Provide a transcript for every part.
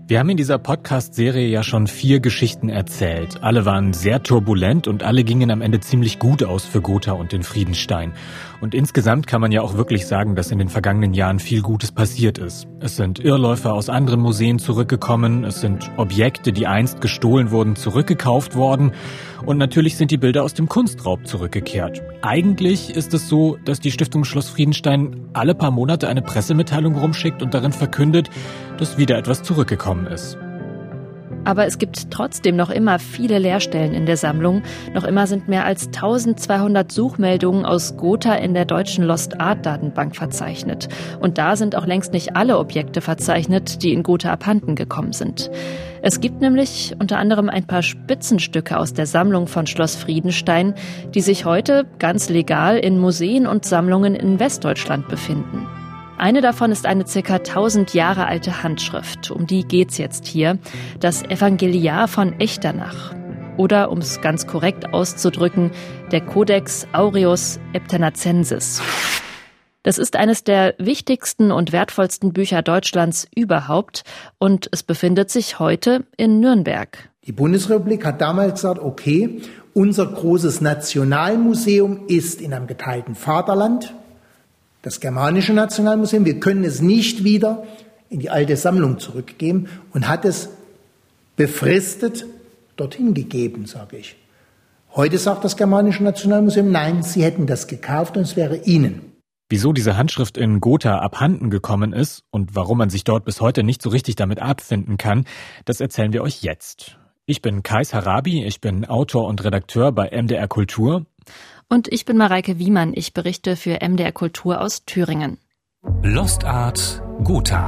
Wir haben in dieser Podcast-Serie ja schon 4 Geschichten erzählt. Alle waren sehr turbulent und alle gingen am Ende ziemlich gut aus für Gotha und den Friedenstein. Und insgesamt kann man ja auch wirklich sagen, dass in den vergangenen Jahren viel Gutes passiert ist. Es sind Irrläufer aus anderen Museen zurückgekommen, es sind Objekte, die einst gestohlen wurden, zurückgekauft worden und natürlich sind die Bilder aus dem Kunstraub zurückgekehrt. Eigentlich ist es so, dass die Stiftung Schloss Friedenstein alle paar Monate eine Pressemitteilung rumschickt und darin verkündet, dass wieder etwas zurückgekommen ist. Aber es gibt trotzdem noch immer viele Leerstellen in der Sammlung. Noch immer sind mehr als 1200 Suchmeldungen aus Gotha in der deutschen Lost Art Datenbank verzeichnet. Und da sind auch längst nicht alle Objekte verzeichnet, die in Gotha abhanden gekommen sind. Es gibt nämlich unter anderem ein paar Spitzenstücke aus der Sammlung von Schloss Friedenstein, die sich heute ganz legal in Museen und Sammlungen in Westdeutschland befinden. Eine davon ist eine ca. 1000 Jahre alte Handschrift. Um die geht's jetzt hier. Das Evangeliar von Echternach. Oder, um es ganz korrekt auszudrücken, der Codex Aureus Aeptanacensis. Das ist eines der wichtigsten und wertvollsten Bücher Deutschlands überhaupt. Und es befindet sich heute in Nürnberg. Die Bundesrepublik hat damals gesagt, okay, unser großes Nationalmuseum ist in einem geteilten Vaterland. Das Germanische Nationalmuseum, wir können es nicht wieder in die alte Sammlung zurückgeben und hat es befristet dorthin gegeben, sage ich. Heute sagt das Germanische Nationalmuseum, nein, sie hätten das gekauft und es wäre ihnen. Wieso diese Handschrift in Gotha abhanden gekommen ist und warum man sich dort bis heute nicht so richtig damit abfinden kann, das erzählen wir euch jetzt. Ich bin Kais Harabi, ich bin Autor und Redakteur bei MDR Kultur. Und ich bin Mareike Wiemann, ich berichte für MDR Kultur aus Thüringen. Lost Art Gotha.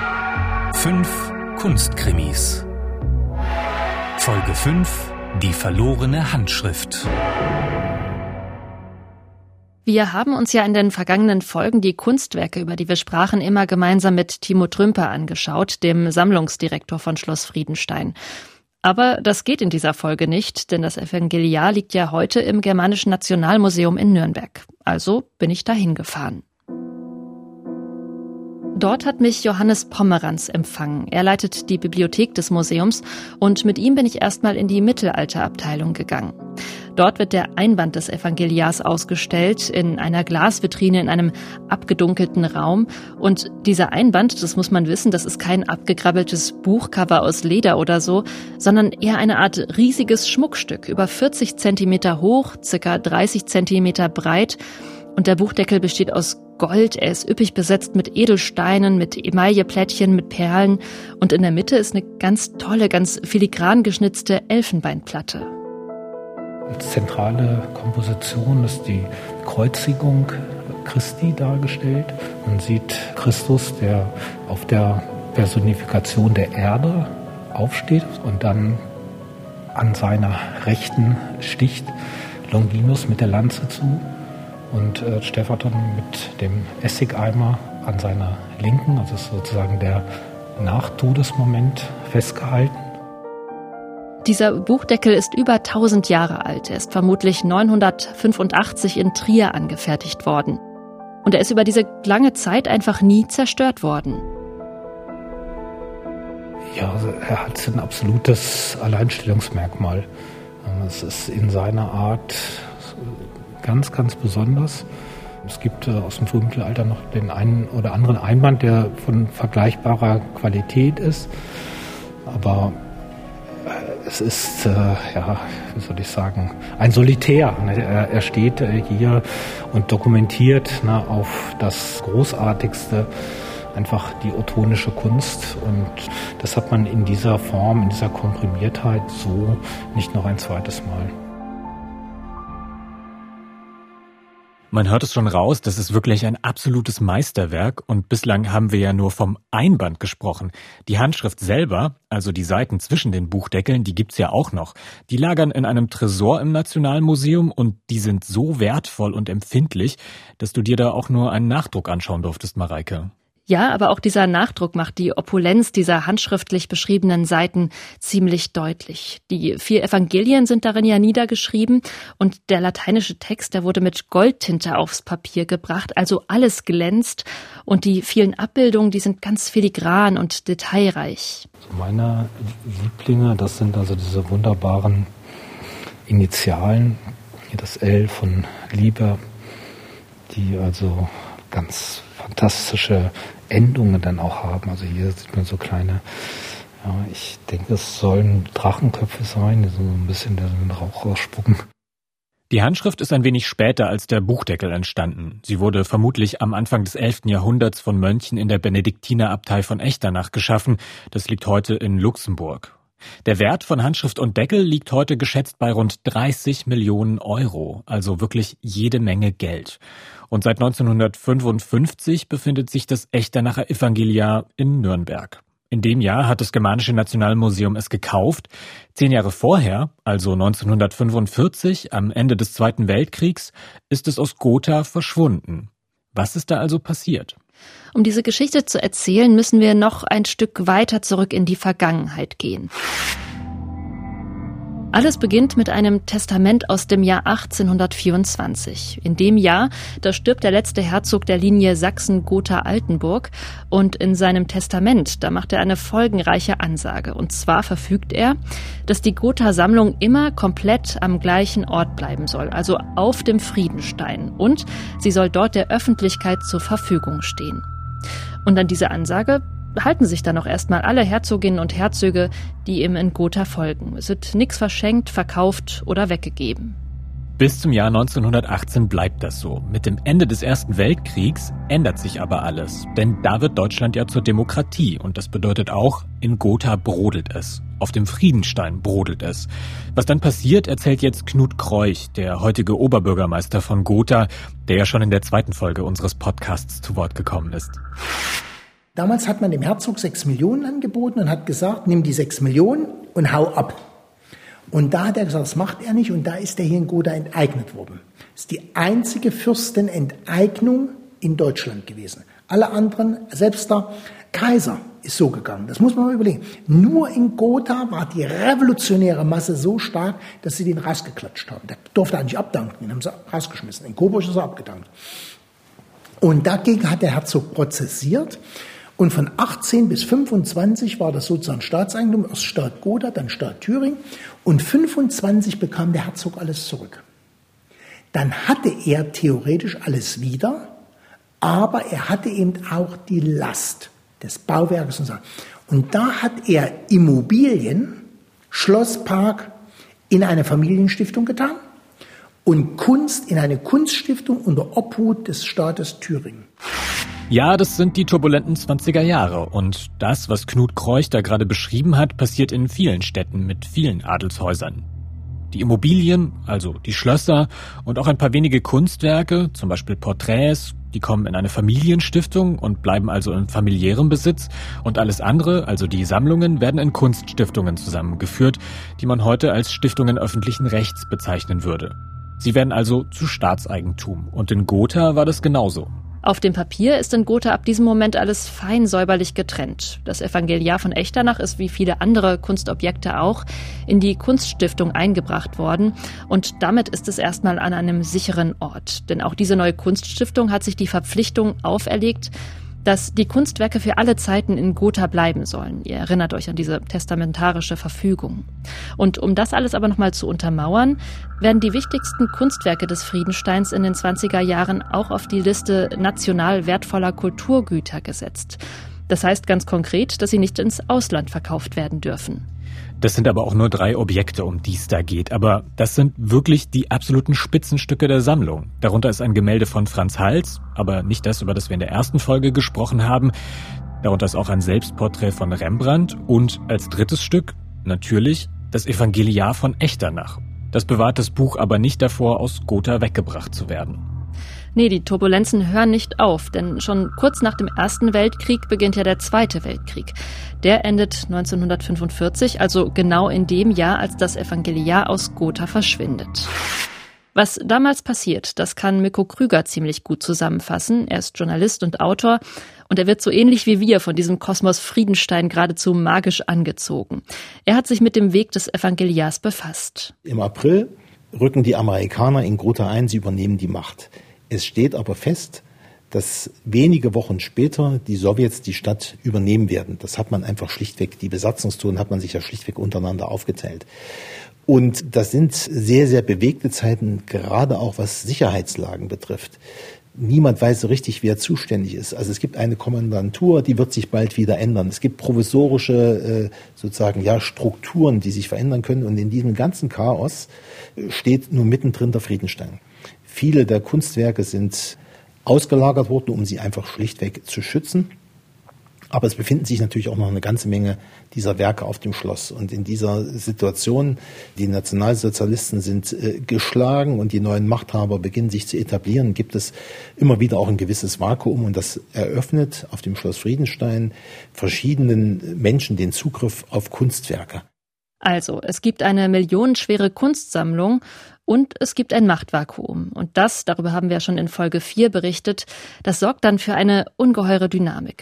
5 Kunstkrimis. Folge 5: Die verlorene Handschrift. Wir haben uns ja in den vergangenen Folgen die Kunstwerke, über die wir sprachen, immer gemeinsam mit Timo Trümper angeschaut, dem Sammlungsdirektor von Schloss Friedenstein. Aber das geht in dieser Folge nicht, denn das Evangeliar liegt ja heute im Germanischen Nationalmuseum in Nürnberg. Also bin ich dahin gefahren. Dort hat mich Johannes Pomeranz empfangen. Er leitet die Bibliothek des Museums und mit ihm bin ich erstmal in die Mittelalterabteilung gegangen. Dort wird der Einband des Evangeliars ausgestellt, in einer Glasvitrine in einem abgedunkelten Raum. Und dieser Einband, das muss man wissen, das ist kein abgegrabbeltes Buchcover aus Leder oder so, sondern eher eine Art riesiges Schmuckstück, über 40 Zentimeter hoch, ca. 30 Zentimeter breit. Und der Buchdeckel besteht aus Gold, er ist üppig besetzt mit Edelsteinen, mit Emailleplättchen, mit Perlen. Und in der Mitte ist eine ganz tolle, ganz filigran geschnitzte Elfenbeinplatte. Als zentrale Komposition ist die Kreuzigung Christi dargestellt. Man sieht Christus, der auf der Personifikation der Erde aufsteht und dann an seiner Rechten sticht Longinus mit der Lanze zu und Stephaton mit dem Essigeimer an seiner Linken, also ist sozusagen der Nachtodesmoment, festgehalten. Dieser Buchdeckel ist über 1000 Jahre alt. Er ist vermutlich 985 in Trier angefertigt worden. Und er ist über diese lange Zeit einfach nie zerstört worden. Ja, also er hat ein absolutes Alleinstellungsmerkmal. Es ist in seiner Art ganz, ganz besonders. Es gibt aus dem Frühmittelalter noch den einen oder anderen Einband, der von vergleichbarer Qualität ist. Aber es ist, wie soll ich sagen, ein Solitär. Er steht hier und dokumentiert auf das Großartigste, einfach die ottonische Kunst. Und das hat man in dieser Form, in dieser Komprimiertheit so nicht noch ein zweites Mal. Man hört es schon raus, das ist wirklich ein absolutes Meisterwerk und bislang haben wir ja nur vom Einband gesprochen. Die Handschrift selber, also die Seiten zwischen den Buchdeckeln, die gibt's ja auch noch. Die lagern in einem Tresor im Nationalmuseum und die sind so wertvoll und empfindlich, dass du dir da auch nur einen Nachdruck anschauen durftest, Mareike. Ja, aber auch dieser Nachdruck macht die Opulenz dieser handschriftlich beschriebenen Seiten ziemlich deutlich. Die 4 Evangelien sind darin ja niedergeschrieben und der lateinische Text, der wurde mit Goldtinte aufs Papier gebracht, also alles glänzt und die vielen Abbildungen, die sind ganz filigran und detailreich. Meine Lieblinge, das sind also diese wunderbaren Initialen, hier das L von Liebe, die also ganz fantastische Endungen dann auch haben. Also hier sieht man so kleine, ja, ich denke, es sollen Drachenköpfe sein, die so ein bisschen den Rauch rausspucken. Die Handschrift ist ein wenig später als der Buchdeckel entstanden. Sie wurde vermutlich am Anfang des 11. Jahrhunderts von Mönchen in der Benediktinerabtei von Echternach geschaffen. Das liegt heute in Luxemburg. Der Wert von Handschrift und Deckel liegt heute geschätzt bei rund 30 Millionen Euro, also wirklich jede Menge Geld. Und seit 1955 befindet sich das Echternacher Evangeliar in Nürnberg. In dem Jahr hat das Germanische Nationalmuseum es gekauft. 10 Jahre vorher, also 1945, am Ende des Zweiten Weltkriegs, ist es aus Gotha verschwunden. Was ist da also passiert? Um diese Geschichte zu erzählen, müssen wir noch ein Stück weiter zurück in die Vergangenheit gehen. Alles beginnt mit einem Testament aus dem Jahr 1824. In dem Jahr, da stirbt der letzte Herzog der Linie Sachsen-Gotha-Altenburg und in seinem Testament, da macht er eine folgenreiche Ansage. Und zwar verfügt er, dass die Gotha-Sammlung immer komplett am gleichen Ort bleiben soll, also auf dem Friedenstein. Und sie soll dort der Öffentlichkeit zur Verfügung stehen. Und an diese Ansage halten sich dann auch erstmal alle Herzoginnen und Herzöge, die ihm in Gotha folgen. Es wird nichts verschenkt, verkauft oder weggegeben. Bis zum Jahr 1918 bleibt das so. Mit dem Ende des Ersten Weltkriegs ändert sich aber alles. Denn da wird Deutschland ja zur Demokratie. Und das bedeutet auch, in Gotha brodelt es. Auf dem Friedenstein brodelt es. Was dann passiert, erzählt jetzt Knut Kreuch, der heutige Oberbürgermeister von Gotha, der ja schon in der 2. Folge unseres Podcasts zu Wort gekommen ist. Damals hat man dem Herzog 6 Millionen angeboten und hat gesagt, nimm die 6 Millionen und hau ab. Und da hat er gesagt, das macht er nicht und da ist er hier in Gotha enteignet worden. Das ist die einzige Fürstenenteignung in Deutschland gewesen. Alle anderen, selbst der Kaiser ist so gegangen. Das muss man mal überlegen. Nur in Gotha war die revolutionäre Masse so stark, dass sie den rausgeklatscht haben. Der durfte eigentlich abdanken, den haben sie rausgeschmissen. In Coburg ist er abgedankt. Und dagegen hat der Herzog prozessiert. Und von 18 bis 25 war das sozusagen Staatseigentum, erst Staat Gotha, dann Staat Thüringen. Und 25 bekam der Herzog alles zurück. Dann hatte er theoretisch alles wieder, aber er hatte eben auch die Last des Bauwerkes und so. Und da hat er Immobilien, Schlosspark in eine Familienstiftung getan und Kunst in eine Kunststiftung unter Obhut des Staates Thüringen. Ja, das sind die turbulenten 20er Jahre und das, was Knut Kreuch da gerade beschrieben hat, passiert in vielen Städten mit vielen Adelshäusern. Die Immobilien, also die Schlösser und auch ein paar wenige Kunstwerke, zum Beispiel Porträts, die kommen in eine Familienstiftung und bleiben also in familiärem Besitz und alles andere, also die Sammlungen, werden in Kunststiftungen zusammengeführt, die man heute als Stiftungen öffentlichen Rechts bezeichnen würde. Sie werden also zu Staatseigentum und in Gotha war das genauso. Auf dem Papier ist in Gotha ab diesem Moment alles fein säuberlich getrennt. Das Evangeliar von Echternach ist wie viele andere Kunstobjekte auch in die Kunststiftung eingebracht worden und damit ist es erstmal an einem sicheren Ort. Denn auch diese neue Kunststiftung hat sich die Verpflichtung auferlegt, dass die Kunstwerke für alle Zeiten in Gotha bleiben sollen. Ihr erinnert euch an diese testamentarische Verfügung. Und um das alles aber nochmal zu untermauern, werden die wichtigsten Kunstwerke des Friedensteins in den 20er Jahren auch auf die Liste national wertvoller Kulturgüter gesetzt. Das heißt ganz konkret, dass sie nicht ins Ausland verkauft werden dürfen. Das sind aber auch nur 3 Objekte, um die es da geht. Aber das sind wirklich die absoluten Spitzenstücke der Sammlung. Darunter ist ein Gemälde von Franz Hals, aber nicht das, über das wir in der ersten Folge gesprochen haben. Darunter ist auch ein Selbstporträt von Rembrandt und als drittes Stück natürlich das Evangeliar von Echternach. Das bewahrt das Buch aber nicht davor, aus Gotha weggebracht zu werden. Nee, die Turbulenzen hören nicht auf, denn schon kurz nach dem Ersten Weltkrieg beginnt ja der Zweite Weltkrieg. Der endet 1945, also genau in dem Jahr, als das Evangeliar aus Gotha verschwindet. Was damals passiert, das kann Mirko Krüger ziemlich gut zusammenfassen. Er ist Journalist und Autor und er wird so ähnlich wie wir von diesem Kosmos Friedenstein geradezu magisch angezogen. Er hat sich mit dem Weg des Evangeliars befasst. Im April rücken die Amerikaner in Gotha ein, sie übernehmen die Macht. Es steht aber fest, dass wenige Wochen später die Sowjets die Stadt übernehmen werden. Das hat man einfach schlichtweg, die Besatzungszonen hat man sich ja schlichtweg untereinander aufgeteilt. Und das sind sehr, sehr bewegte Zeiten, gerade auch was Sicherheitslagen betrifft. Niemand weiß so richtig, wer zuständig ist. Also es gibt eine Kommandantur, die wird sich bald wieder ändern. Es gibt provisorische Strukturen, die sich verändern können. Und in diesem ganzen Chaos steht nur mittendrin der Friedenstein. Viele der Kunstwerke sind ausgelagert worden, um sie einfach schlichtweg zu schützen. Aber es befinden sich natürlich auch noch eine ganze Menge dieser Werke auf dem Schloss. Und in dieser Situation, die Nationalsozialisten sind geschlagen und die neuen Machthaber beginnen sich zu etablieren, gibt es immer wieder auch ein gewisses Vakuum. Und das eröffnet auf dem Schloss Friedenstein verschiedenen Menschen den Zugriff auf Kunstwerke. Also, es gibt eine millionenschwere Kunstsammlung und es gibt ein Machtvakuum. Und das, darüber haben wir schon in Folge 4 berichtet, das sorgt dann für eine ungeheure Dynamik.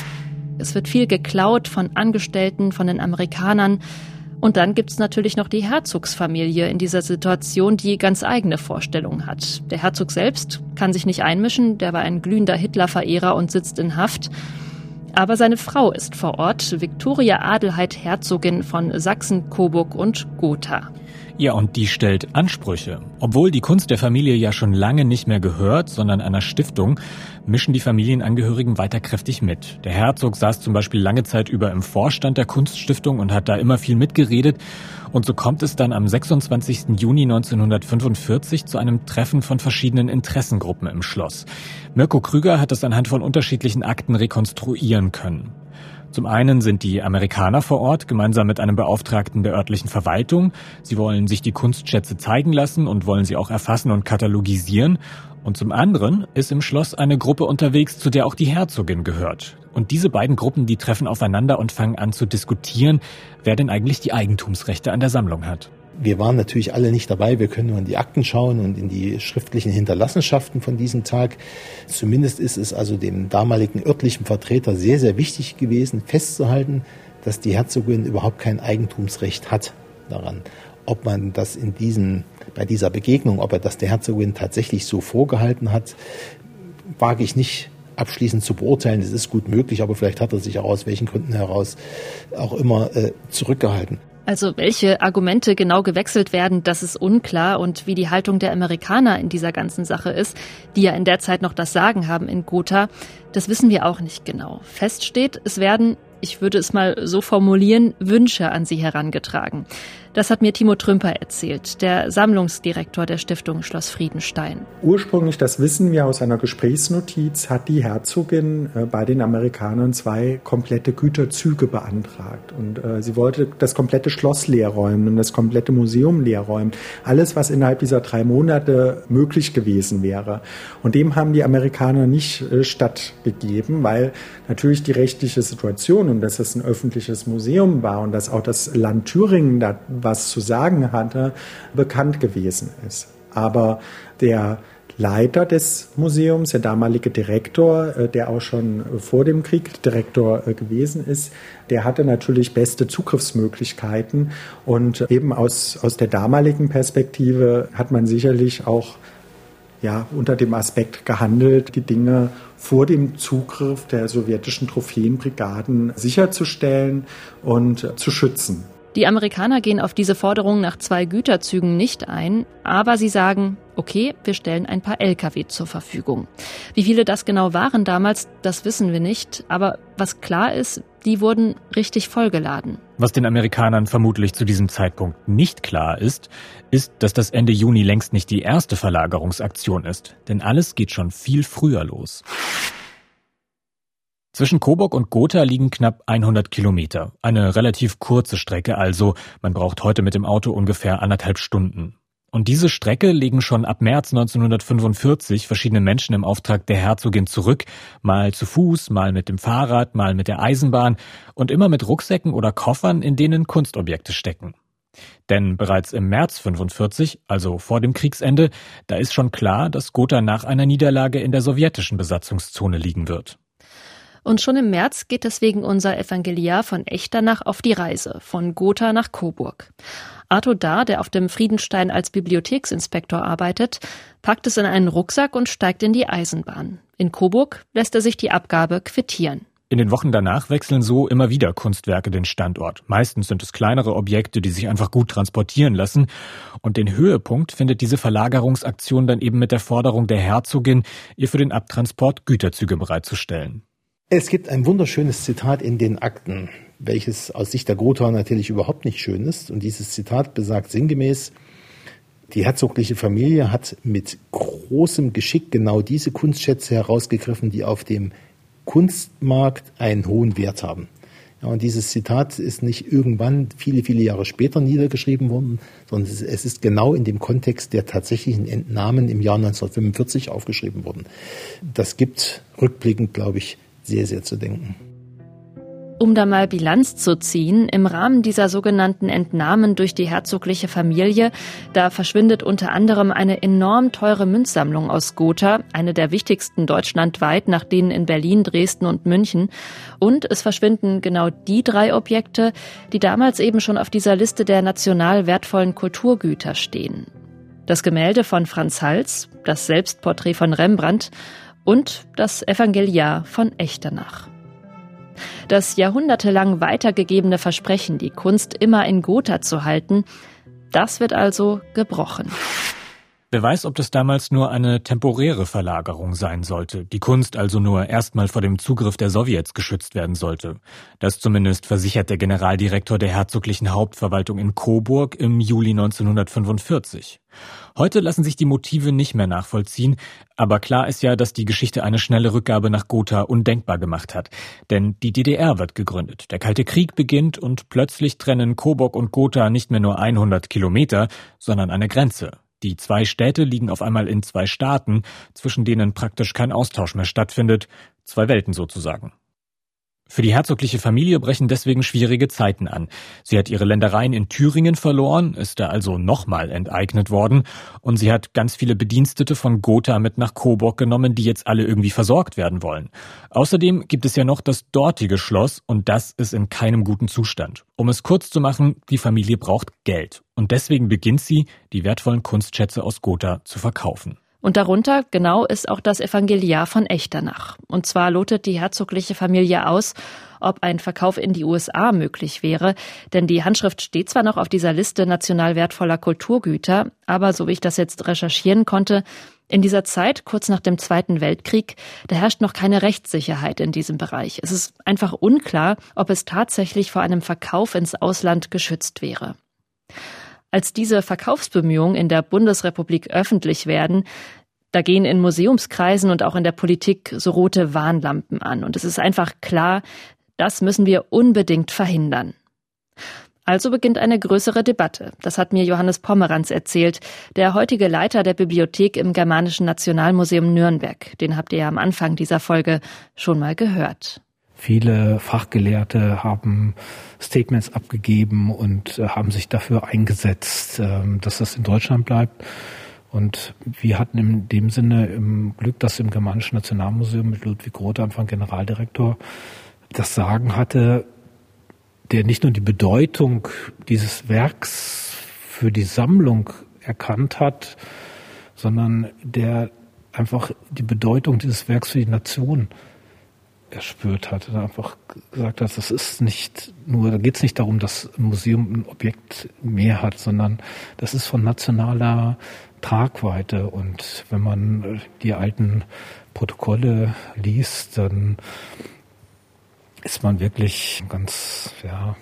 Es wird viel geklaut von Angestellten, von den Amerikanern. Und dann gibt's natürlich noch die Herzogsfamilie in dieser Situation, die ganz eigene Vorstellungen hat. Der Herzog selbst kann sich nicht einmischen, der war ein glühender Hitler-Verehrer und sitzt in Haft. Aber seine Frau ist vor Ort, Viktoria Adelheid, Herzogin von Sachsen, Coburg und Gotha. Ja, und die stellt Ansprüche. Obwohl die Kunst der Familie ja schon lange nicht mehr gehört, sondern einer Stiftung, mischen die Familienangehörigen weiter kräftig mit. Der Herzog saß zum Beispiel lange Zeit über im Vorstand der Kunststiftung und hat da immer viel mitgeredet. Und so kommt es dann am 26. Juni 1945 zu einem Treffen von verschiedenen Interessengruppen im Schloss. Mirko Krüger hat das anhand von unterschiedlichen Akten rekonstruieren können. Zum einen sind die Amerikaner vor Ort, gemeinsam mit einem Beauftragten der örtlichen Verwaltung. Sie wollen sich die Kunstschätze zeigen lassen und wollen sie auch erfassen und katalogisieren. Und zum anderen ist im Schloss eine Gruppe unterwegs, zu der auch die Herzogin gehört. Und diese beiden Gruppen, die treffen aufeinander und fangen an zu diskutieren, wer denn eigentlich die Eigentumsrechte an der Sammlung hat. Wir waren natürlich alle nicht dabei. Wir können nur in die Akten schauen und in die schriftlichen Hinterlassenschaften von diesem Tag. Zumindest ist es also dem damaligen örtlichen Vertreter sehr, sehr wichtig gewesen, festzuhalten, dass die Herzogin überhaupt kein Eigentumsrecht hat daran. Ob man das bei dieser Begegnung, ob er das der Herzogin tatsächlich so vorgehalten hat, wage ich nicht abschließend zu beurteilen. Es ist gut möglich, aber vielleicht hat er sich auch aus welchen Gründen heraus auch immer zurückgehalten. Also welche Argumente genau gewechselt werden, das ist unklar. Und wie die Haltung der Amerikaner in dieser ganzen Sache ist, die ja in der Zeit noch das Sagen haben in Gotha, das wissen wir auch nicht genau. Fest steht, es werden, ich würde es mal so formulieren, Wünsche an sie herangetragen. Das hat mir Timo Trümper erzählt, der Sammlungsdirektor der Stiftung Schloss Friedenstein. Ursprünglich, das wissen wir aus einer Gesprächsnotiz, hat die Herzogin bei den Amerikanern 2 komplette Güterzüge beantragt. Und sie wollte das komplette Schloss leerräumen und das komplette Museum leerräumen. Alles, was innerhalb dieser 3 Monate möglich gewesen wäre. Und dem haben die Amerikaner nicht stattgegeben, weil natürlich die rechtliche Situation und dass es ein öffentliches Museum war und dass auch das Land Thüringen da was zu sagen hatte, bekannt gewesen ist. Aber der Leiter des Museums, der damalige Direktor, der auch schon vor dem Krieg Direktor gewesen ist, der hatte natürlich beste Zugriffsmöglichkeiten. Und eben aus der damaligen Perspektive hat man sicherlich auch unter dem Aspekt gehandelt, die Dinge vor dem Zugriff der sowjetischen Trophäenbrigaden sicherzustellen und zu schützen. Die Amerikaner gehen auf diese Forderung nach 2 Güterzügen nicht ein, aber sie sagen, okay, wir stellen ein paar Lkw zur Verfügung. Wie viele das genau waren damals, das wissen wir nicht, aber was klar ist, die wurden richtig vollgeladen. Was den Amerikanern vermutlich zu diesem Zeitpunkt nicht klar ist, dass das Ende Juni längst nicht die erste Verlagerungsaktion ist, denn alles geht schon viel früher los. Zwischen Coburg und Gotha liegen knapp 100 Kilometer. Eine relativ kurze Strecke also. Man braucht heute mit dem Auto ungefähr 1,5 Stunden. Und diese Strecke legen schon ab März 1945 verschiedene Menschen im Auftrag der Herzogin zurück. Mal zu Fuß, mal mit dem Fahrrad, mal mit der Eisenbahn und immer mit Rucksäcken oder Koffern, in denen Kunstobjekte stecken. Denn bereits im März 1945, also vor dem Kriegsende, da ist schon klar, dass Gotha nach einer Niederlage in der sowjetischen Besatzungszone liegen wird. Und schon im März geht deswegen unser Evangeliar von Echternach auf die Reise, von Gotha nach Coburg. Arthur Dahr, der auf dem Friedenstein als Bibliotheksinspektor arbeitet, packt es in einen Rucksack und steigt in die Eisenbahn. In Coburg lässt er sich die Abgabe quittieren. In den Wochen danach wechseln so immer wieder Kunstwerke den Standort. Meistens sind es kleinere Objekte, die sich einfach gut transportieren lassen. Und den Höhepunkt findet diese Verlagerungsaktion dann eben mit der Forderung der Herzogin, ihr für den Abtransport Güterzüge bereitzustellen. Es gibt ein wunderschönes Zitat in den Akten, welches aus Sicht der Gotha natürlich überhaupt nicht schön ist. Und dieses Zitat besagt sinngemäß: Die herzogliche Familie hat mit großem Geschick genau diese Kunstschätze herausgegriffen, die auf dem Kunstmarkt einen hohen Wert haben. Ja, und dieses Zitat ist nicht irgendwann viele, viele Jahre später niedergeschrieben worden, sondern es ist genau in dem Kontext der tatsächlichen Entnahmen im Jahr 1945 aufgeschrieben worden. Das gibt rückblickend, glaube ich, sehr, sehr zu denken. Um da mal Bilanz zu ziehen, im Rahmen dieser sogenannten Entnahmen durch die herzogliche Familie, da verschwindet unter anderem eine enorm teure Münzsammlung aus Gotha, eine der wichtigsten deutschlandweit, nach denen in Berlin, Dresden und München. Und es verschwinden genau die 3 Objekte, die damals eben schon auf dieser Liste der national wertvollen Kulturgüter stehen. Das Gemälde von Franz Hals, das Selbstporträt von Rembrandt und das Evangeliar von Echternach. Das jahrhundertelang weitergegebene Versprechen, die Kunst immer in Gotha zu halten, das wird also gebrochen. Wer weiß, ob das damals nur eine temporäre Verlagerung sein sollte, die Kunst also nur erstmal vor dem Zugriff der Sowjets geschützt werden sollte. Das zumindest versichert der Generaldirektor der herzoglichen Hauptverwaltung in Coburg im Juli 1945. Heute lassen sich die Motive nicht mehr nachvollziehen, aber klar ist ja, dass die Geschichte eine schnelle Rückgabe nach Gotha undenkbar gemacht hat. Denn die DDR wird gegründet, der Kalte Krieg beginnt und plötzlich trennen Coburg und Gotha nicht mehr nur 100 Kilometer, sondern eine Grenze. Die 2 Städte liegen auf einmal in 2 Staaten, zwischen denen praktisch kein Austausch mehr stattfindet. 2 Welten sozusagen. Für die herzogliche Familie brechen deswegen schwierige Zeiten an. Sie hat ihre Ländereien in Thüringen verloren, ist da also nochmal enteignet worden und sie hat ganz viele Bedienstete von Gotha mit nach Coburg genommen, die jetzt alle irgendwie versorgt werden wollen. Außerdem gibt es ja noch das dortige Schloss und das ist in keinem guten Zustand. Um es kurz zu machen, die Familie braucht Geld und deswegen beginnt sie, die wertvollen Kunstschätze aus Gotha zu verkaufen. Und darunter genau ist auch das Evangeliar von Echternach. Und zwar lotet die herzogliche Familie aus, ob ein Verkauf in die USA möglich wäre. Denn die Handschrift steht zwar noch auf dieser Liste national wertvoller Kulturgüter, aber so wie ich das jetzt recherchieren konnte, in dieser Zeit, kurz nach dem Zweiten Weltkrieg, da herrscht noch keine Rechtssicherheit in diesem Bereich. Es ist einfach unklar, ob es tatsächlich vor einem Verkauf ins Ausland geschützt wäre. Als diese Verkaufsbemühungen in der Bundesrepublik öffentlich werden, da gehen in Museumskreisen und auch in der Politik so rote Warnlampen an. Und es ist einfach klar, das müssen wir unbedingt verhindern. Also beginnt eine größere Debatte. Das hat mir Johannes Pomeranz erzählt, der heutige Leiter der Bibliothek im Germanischen Nationalmuseum Nürnberg. Den habt ihr ja am Anfang dieser Folge schon mal gehört. Viele Fachgelehrte haben Statements abgegeben und haben sich dafür eingesetzt, dass das in Deutschland bleibt. Und wir hatten in dem Sinne im Glück, dass im Germanischen Nationalmuseum mit Ludwig Roth, Anfang Generaldirektor, das Sagen hatte, der nicht nur die Bedeutung dieses Werks für die Sammlung erkannt hat, sondern der einfach die Bedeutung dieses Werks für die Nation erspürt hat. Er einfach gesagt hat, das ist nicht nur, da geht es nicht darum, dass ein Museum ein Objekt mehr hat, sondern das ist von nationaler Tragweite. Und wenn man die alten Protokolle liest, dann ist man wirklich ganz,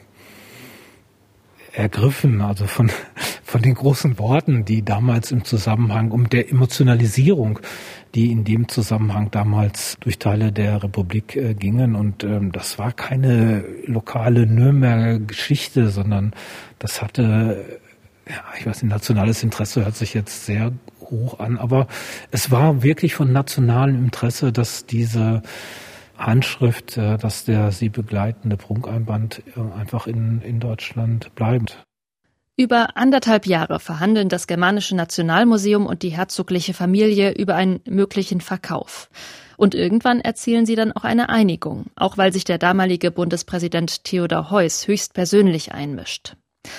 ergriffen, also von den großen Worten, die damals im Zusammenhang und der Emotionalisierung, die in dem Zusammenhang damals durch Teile der Republik gingen. Und das war keine lokale Nürnberger Geschichte, sondern das hatte, nationales Interesse hört sich jetzt sehr hoch an, aber es war wirklich von nationalem Interesse, dass diese Handschrift, dass der sie begleitende Prunkeinband einfach in Deutschland bleibt. Über 1,5 Jahre verhandeln das Germanische Nationalmuseum und die herzogliche Familie über einen möglichen Verkauf. Und irgendwann erzielen sie dann auch eine Einigung, auch weil sich der damalige Bundespräsident Theodor Heuss höchstpersönlich einmischt.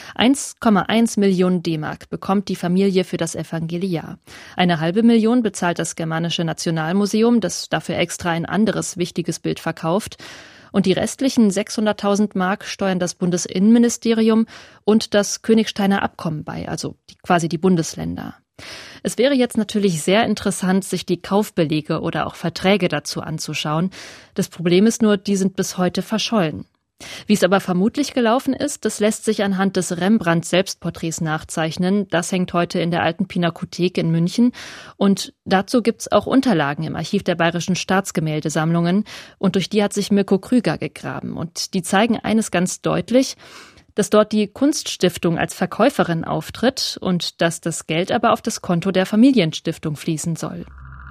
1,1 Millionen D-Mark bekommt die Familie für das Evangeliar. 500.000 bezahlt das Germanische Nationalmuseum, das dafür extra ein anderes wichtiges Bild verkauft. Und die restlichen 600.000 Mark steuern das Bundesinnenministerium und das Königsteiner Abkommen bei, also quasi die Bundesländer. Es wäre jetzt natürlich sehr interessant, sich die Kaufbelege oder auch Verträge dazu anzuschauen. Das Problem ist nur, die sind bis heute verschollen. Wie es aber vermutlich gelaufen ist, das lässt sich anhand des Rembrandt-Selbstporträts nachzeichnen. Das hängt heute in der Alten Pinakothek in München. Und dazu gibt's auch Unterlagen im Archiv der Bayerischen Staatsgemäldesammlungen. Und durch die hat sich Mirko Krüger gegraben. Und die zeigen eines ganz deutlich, dass dort die Kunststiftung als Verkäuferin auftritt und dass das Geld aber auf das Konto der Familienstiftung fließen soll.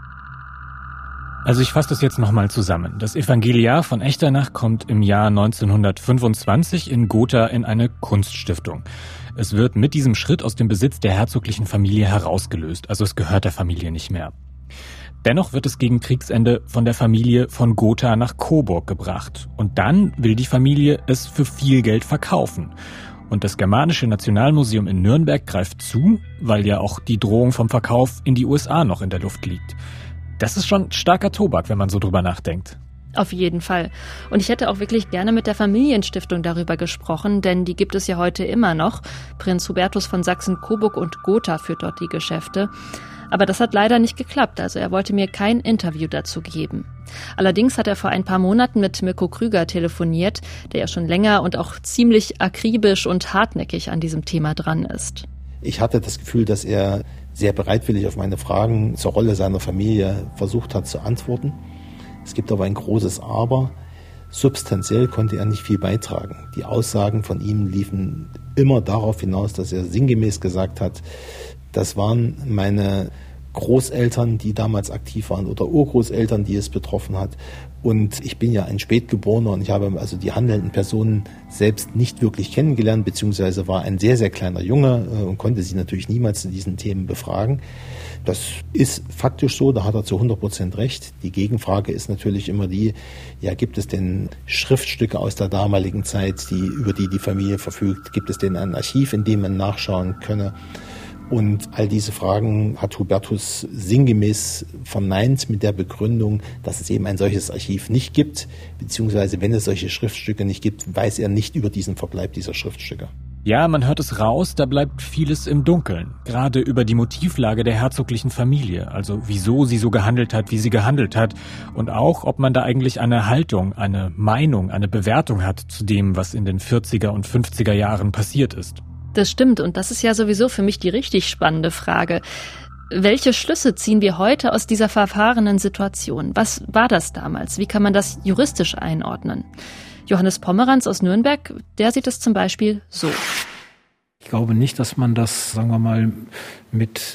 Also ich fasse das jetzt nochmal zusammen. Das Evangeliar von Echternach kommt im Jahr 1925 in Gotha in eine Kunststiftung. Es wird mit diesem Schritt aus dem Besitz der herzoglichen Familie herausgelöst, also es gehört der Familie nicht mehr. Dennoch wird es gegen Kriegsende von der Familie von Gotha nach Coburg gebracht. Und dann will die Familie es für viel Geld verkaufen. Und das Germanische Nationalmuseum in Nürnberg greift zu, weil ja auch die Drohung vom Verkauf in die USA noch in der Luft liegt. Das ist schon starker Tobak, wenn man so drüber nachdenkt. Auf jeden Fall. Und ich hätte auch wirklich gerne mit der Familienstiftung darüber gesprochen, denn die gibt es ja heute immer noch. Prinz Hubertus von Sachsen-Coburg und Gotha führt dort die Geschäfte. Aber das hat leider nicht geklappt, also er wollte mir kein Interview dazu geben. Allerdings hat er vor ein paar Monaten mit Mirko Krüger telefoniert, der ja schon länger und auch ziemlich akribisch und hartnäckig an diesem Thema dran ist. Ich hatte das Gefühl, dass er sehr bereitwillig auf meine Fragen zur Rolle seiner Familie versucht hat zu antworten. Es gibt aber ein großes Aber. Substanziell konnte er nicht viel beitragen. Die Aussagen von ihm liefen immer darauf hinaus, dass er sinngemäß gesagt hat, das waren meine Großeltern, die damals aktiv waren, oder Urgroßeltern, die es betroffen hat. Und ich bin ja ein Spätgeborener und ich habe also die handelnden Personen selbst nicht wirklich kennengelernt, beziehungsweise war ein sehr, sehr kleiner Junge und konnte sie natürlich niemals zu diesen Themen befragen. Das ist faktisch so, da hat er zu 100% recht. Die Gegenfrage ist natürlich immer die, ja, gibt es denn Schriftstücke aus der damaligen Zeit, über die Familie verfügt? Gibt es denn ein Archiv, in dem man nachschauen könne? Und all diese Fragen hat Hubertus sinngemäß verneint mit der Begründung, dass es eben ein solches Archiv nicht gibt, beziehungsweise wenn es solche Schriftstücke nicht gibt, weiß er nicht über diesen Verbleib dieser Schriftstücke. Ja, man hört es raus, da bleibt vieles im Dunkeln. Gerade über die Motivlage der herzoglichen Familie, also wieso sie so gehandelt hat, wie sie gehandelt hat. Und auch, ob man da eigentlich eine Haltung, eine Meinung, eine Bewertung hat zu dem, was in den 40er und 50er Jahren passiert ist. Das stimmt und das ist ja sowieso für mich die richtig spannende Frage. Welche Schlüsse ziehen wir heute aus dieser verfahrenen Situation? Was war das damals? Wie kann man das juristisch einordnen? Johannes Pomeranz aus Nürnberg, der sieht es zum Beispiel so. Ich glaube nicht, dass man das, sagen wir mal, mit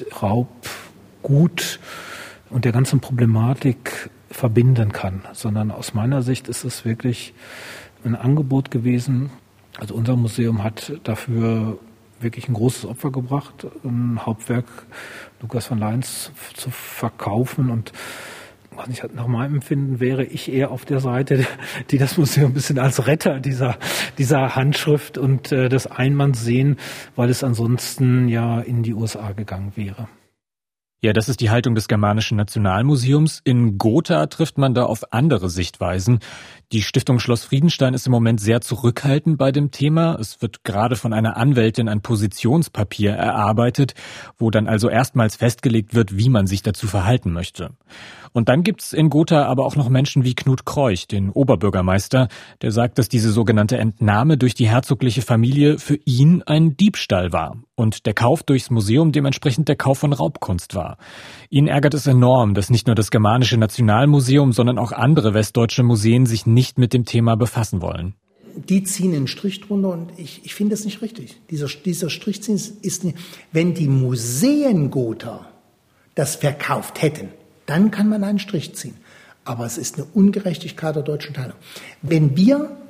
Raubgut und der ganzen Problematik verbinden kann, sondern aus meiner Sicht ist es wirklich ein Angebot gewesen. Also unser Museum hat dafür wirklich ein großes Opfer gebracht, ein Hauptwerk Lukas von Leins zu verkaufen. Und was ich nach meinem Empfinden wäre ich eher auf der Seite, die das Museum ein bisschen als Retter dieser Handschrift und des Einmanns sehen, weil es ansonsten ja in die USA gegangen wäre. Ja, das ist die Haltung des Germanischen Nationalmuseums. In Gotha trifft man da auf andere Sichtweisen. Die Stiftung Schloss Friedenstein ist im Moment sehr zurückhaltend bei dem Thema. Es wird gerade von einer Anwältin ein Positionspapier erarbeitet, wo dann also erstmals festgelegt wird, wie man sich dazu verhalten möchte. Und dann gibt's in Gotha aber auch noch Menschen wie Knut Kreuch, den Oberbürgermeister, der sagt, dass diese sogenannte Entnahme durch die herzogliche Familie für ihn ein Diebstahl war und der Kauf durchs Museum dementsprechend der Kauf von Raubkunst war. Ihn ärgert es enorm, dass nicht nur das Germanische Nationalmuseum, sondern auch andere westdeutsche Museen sich nicht mit dem Thema befassen wollen. Die ziehen einen Strich drunter und ich finde das nicht richtig. Dieser Strichziehen ist nicht, wenn die Museen Gotha das verkauft hätten, dann kann man einen Strich ziehen. Aber es ist eine Ungerechtigkeit der deutschen Teilung. Wenn wir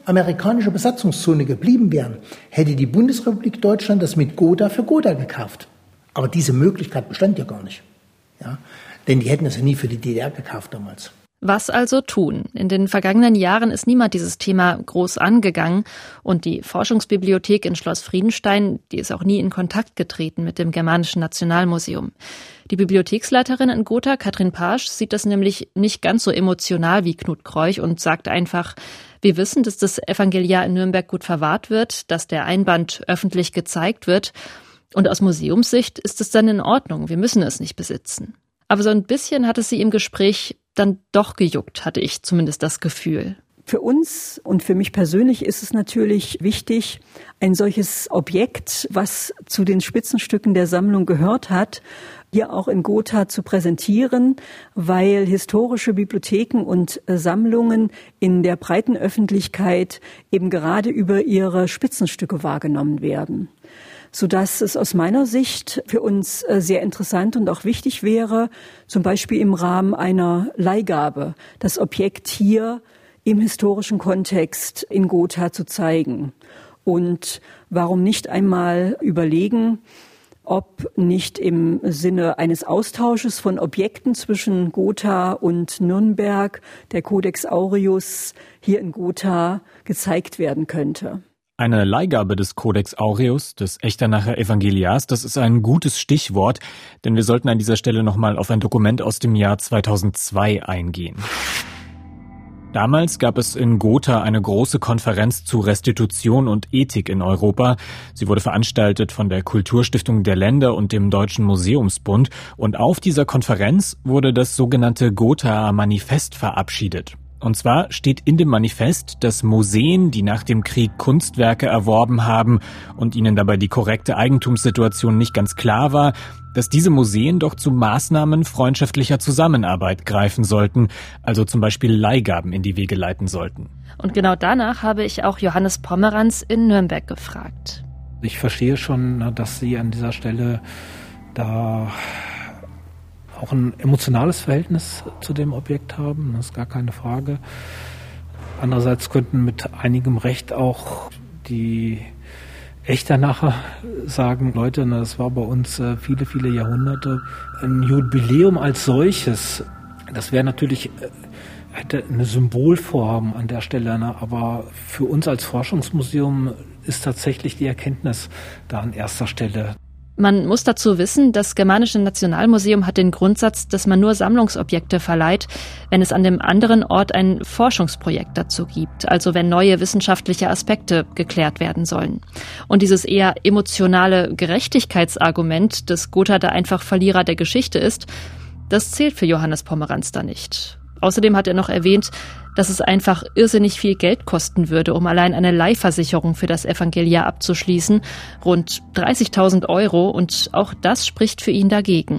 amerikanische Besatzungszone geblieben wären, hätte die Bundesrepublik Deutschland das mit Gotha für Gotha gekauft. Aber diese Möglichkeit bestand ja gar nicht. Ja? Denn die hätten es ja nie für die DDR gekauft damals. Was also tun? In den vergangenen Jahren ist niemand dieses Thema groß angegangen und die Forschungsbibliothek in Schloss Friedenstein, die ist auch nie in Kontakt getreten mit dem Germanischen Nationalmuseum. Die Bibliotheksleiterin in Gotha, Katrin Pasch, sieht das nämlich nicht ganz so emotional wie Knut Kreuch und sagt einfach, wir wissen, dass das Evangeliar in Nürnberg gut verwahrt wird, dass der Einband öffentlich gezeigt wird und aus Museumssicht ist es dann in Ordnung, wir müssen es nicht besitzen. Aber so ein bisschen hat es sie im Gespräch dann doch gejuckt, hatte ich zumindest das Gefühl. Für uns und für mich persönlich ist es natürlich wichtig, ein solches Objekt, was zu den Spitzenstücken der Sammlung gehört hat, hier auch in Gotha zu präsentieren, weil historische Bibliotheken und Sammlungen in der breiten Öffentlichkeit eben gerade über ihre Spitzenstücke wahrgenommen werden. Sodass es aus meiner Sicht für uns sehr interessant und auch wichtig wäre, zum Beispiel im Rahmen einer Leihgabe, das Objekt hier im historischen Kontext in Gotha zu zeigen. Und warum nicht einmal überlegen, ob nicht im Sinne eines Austausches von Objekten zwischen Gotha und Nürnberg der Codex Aureus hier in Gotha gezeigt werden könnte. Eine Leihgabe des Codex Aureus, des Echternacher Evangeliars, das ist ein gutes Stichwort, denn wir sollten an dieser Stelle nochmal auf ein Dokument aus dem Jahr 2002 eingehen. Damals gab es in Gotha eine große Konferenz zu Restitution und Ethik in Europa. Sie wurde veranstaltet von der Kulturstiftung der Länder und dem Deutschen Museumsbund. Und auf dieser Konferenz wurde das sogenannte Gothaer Manifest verabschiedet. Und zwar steht in dem Manifest, dass Museen, die nach dem Krieg Kunstwerke erworben haben und ihnen dabei die korrekte Eigentumssituation nicht ganz klar war, dass diese Museen doch zu Maßnahmen freundschaftlicher Zusammenarbeit greifen sollten, also zum Beispiel Leihgaben in die Wege leiten sollten. Und genau danach habe ich auch Johannes Pommeranz in Nürnberg gefragt. Ich verstehe schon, dass Sie an dieser Stelle da auch ein emotionales Verhältnis zu dem Objekt haben, das ist gar keine Frage. Andererseits könnten mit einigem Recht auch die Echternacher sagen, Leute, das war bei uns viele, viele Jahrhunderte. Ein Jubiläum als solches, das wäre natürlich, hätte eine Symbolform an der Stelle, aber für uns als Forschungsmuseum ist tatsächlich die Erkenntnis da an erster Stelle. Man muss dazu wissen, das Germanische Nationalmuseum hat den Grundsatz, dass man nur Sammlungsobjekte verleiht, wenn es an dem anderen Ort ein Forschungsprojekt dazu gibt, also wenn neue wissenschaftliche Aspekte geklärt werden sollen. Und dieses eher emotionale Gerechtigkeitsargument, dass Gotha da einfach Verlierer der Geschichte ist, das zählt für Johannes Pommeranz da nicht. Außerdem hat er noch erwähnt, dass es einfach irrsinnig viel Geld kosten würde, um allein eine Leihversicherung für das Evangeliar abzuschließen. Rund 30.000 €, und auch das spricht für ihn dagegen.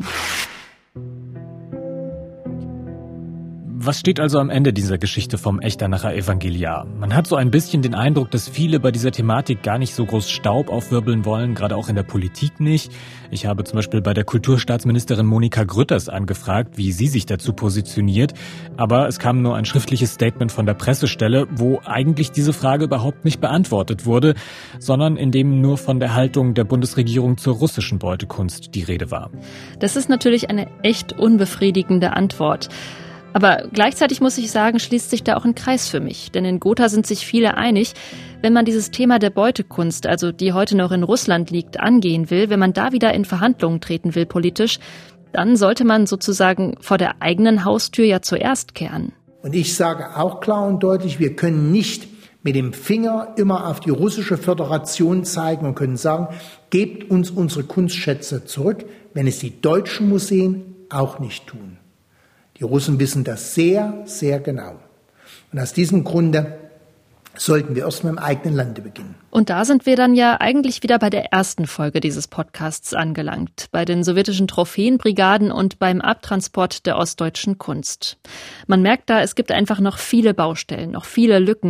Was steht also am Ende dieser Geschichte vom Echternacher Evangeliar? Man hat so ein bisschen den Eindruck, dass viele bei dieser Thematik gar nicht so groß Staub aufwirbeln wollen, gerade auch in der Politik nicht. Ich habe zum Beispiel bei der Kulturstaatsministerin Monika Grütters angefragt, wie sie sich dazu positioniert. Aber es kam nur ein schriftliches Statement von der Pressestelle, wo eigentlich diese Frage überhaupt nicht beantwortet wurde, sondern in dem nur von der Haltung der Bundesregierung zur russischen Beutekunst die Rede war. Das ist natürlich eine echt unbefriedigende Antwort. Aber gleichzeitig muss ich sagen, schließt sich da auch ein Kreis für mich. Denn in Gotha sind sich viele einig, wenn man dieses Thema der Beutekunst, also die heute noch in Russland liegt, angehen will, wenn man da wieder in Verhandlungen treten will politisch, dann sollte man sozusagen vor der eigenen Haustür ja zuerst kehren. Und ich sage auch klar und deutlich, wir können nicht mit dem Finger immer auf die russische Föderation zeigen und können sagen, gebt uns unsere Kunstschätze zurück, wenn es die deutschen Museen auch nicht tun. Die Russen wissen das sehr, sehr genau. Und aus diesem Grunde sollten wir erst mal im eigenen Lande beginnen. Und da sind wir dann ja eigentlich wieder bei der ersten Folge dieses Podcasts angelangt, bei den sowjetischen Trophäenbrigaden und beim Abtransport der ostdeutschen Kunst. Man merkt da, es gibt einfach noch viele Baustellen, noch viele Lücken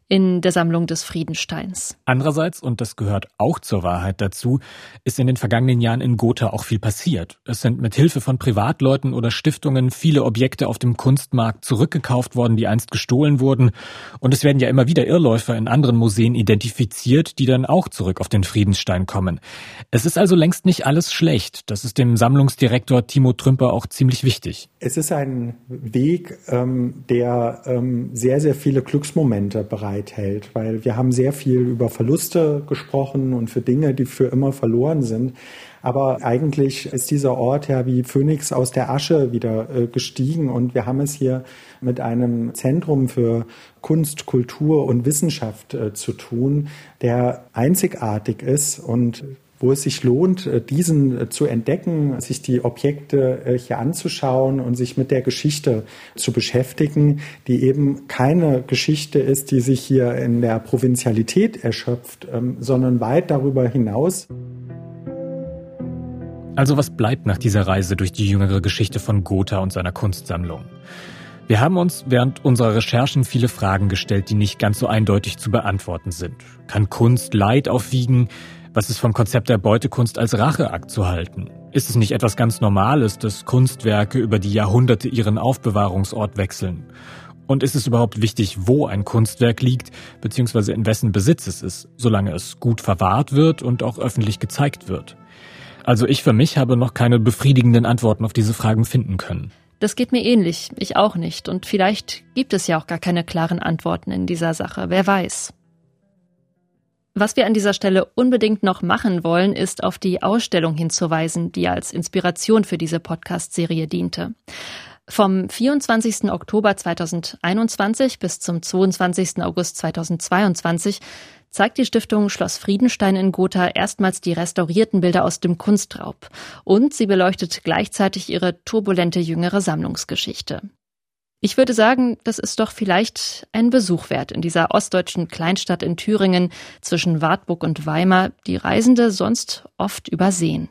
in der Sammlung des Friedensteins. Andererseits, und das gehört auch zur Wahrheit dazu, ist in den vergangenen Jahren in Gotha auch viel passiert. Es sind mit Hilfe von Privatleuten oder Stiftungen viele Objekte auf dem Kunstmarkt zurückgekauft worden, die einst gestohlen wurden. Und es werden ja immer wieder Irrläufer in anderen Museen identifiziert, die dann auch zurück auf den Friedenstein kommen. Es ist also längst nicht alles schlecht. Das ist dem Sammlungsdirektor Timo Trümper auch ziemlich wichtig. Es ist ein Weg, der sehr, sehr viele Glücksmomente bereithält, weil wir haben sehr viel über Verluste gesprochen und für Dinge, die für immer verloren sind. Aber eigentlich ist dieser Ort ja wie Phönix aus der Asche wieder gestiegen und wir haben es hier mit einem Zentrum für Kunst, Kultur und Wissenschaft zu tun, der einzigartig ist und wo es sich lohnt, diesen zu entdecken, sich die Objekte hier anzuschauen und sich mit der Geschichte zu beschäftigen, die eben keine Geschichte ist, die sich hier in der Provinzialität erschöpft, sondern weit darüber hinaus. Also was bleibt nach dieser Reise durch die jüngere Geschichte von Gotha und seiner Kunstsammlung? Wir haben uns während unserer Recherchen viele Fragen gestellt, die nicht ganz so eindeutig zu beantworten sind. Kann Kunst Leid aufwiegen? Was ist vom Konzept der Beutekunst als Racheakt zu halten? Ist es nicht etwas ganz Normales, dass Kunstwerke über die Jahrhunderte ihren Aufbewahrungsort wechseln? Und ist es überhaupt wichtig, wo ein Kunstwerk liegt, beziehungsweise in wessen Besitz es ist, solange es gut verwahrt wird und auch öffentlich gezeigt wird? Also ich für mich habe noch keine befriedigenden Antworten auf diese Fragen finden können. Das geht mir ähnlich, ich auch nicht. Und vielleicht gibt es ja auch gar keine klaren Antworten in dieser Sache, wer weiß. Was wir an dieser Stelle unbedingt noch machen wollen, ist auf die Ausstellung hinzuweisen, die als Inspiration für diese Podcast-Serie diente. Vom 24. Oktober 2021 bis zum 22. August 2022 zeigt die Stiftung Schloss Friedenstein in Gotha erstmals die restaurierten Bilder aus dem Kunstraub. Und sie beleuchtet gleichzeitig ihre turbulente jüngere Sammlungsgeschichte. Ich würde sagen, das ist doch vielleicht ein Besuch wert in dieser ostdeutschen Kleinstadt in Thüringen zwischen Wartburg und Weimar, die Reisende sonst oft übersehen.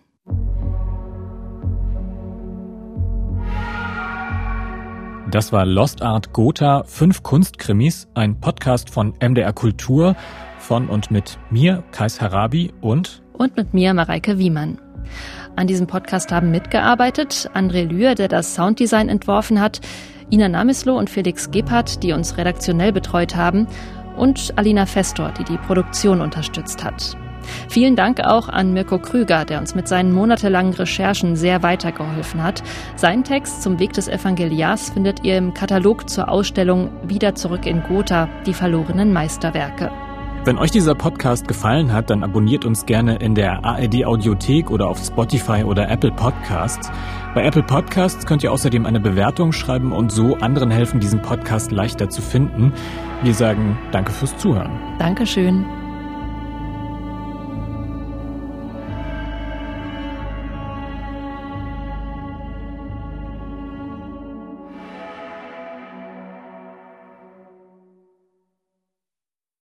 Das war Lost Art Gotha, 5 Kunstkrimis, ein Podcast von MDR Kultur, von und mit mir, Kais Harabi und mit mir, Mareike Wiemann. An diesem Podcast haben mitgearbeitet André Lühr, der das Sounddesign entworfen hat, Ina Namislow und Felix Gebhardt, die uns redaktionell betreut haben, und Alina Festor, die die Produktion unterstützt hat. Vielen Dank auch an Mirko Krüger, der uns mit seinen monatelangen Recherchen sehr weitergeholfen hat. Seinen Text zum Weg des Evangeliars findet ihr im Katalog zur Ausstellung Wieder zurück in Gotha, die verlorenen Meisterwerke. Wenn euch dieser Podcast gefallen hat, dann abonniert uns gerne in der ARD-Audiothek oder auf Spotify oder Apple Podcasts. Bei Apple Podcasts könnt ihr außerdem eine Bewertung schreiben und so anderen helfen, diesen Podcast leichter zu finden. Wir sagen Danke fürs Zuhören. Dankeschön.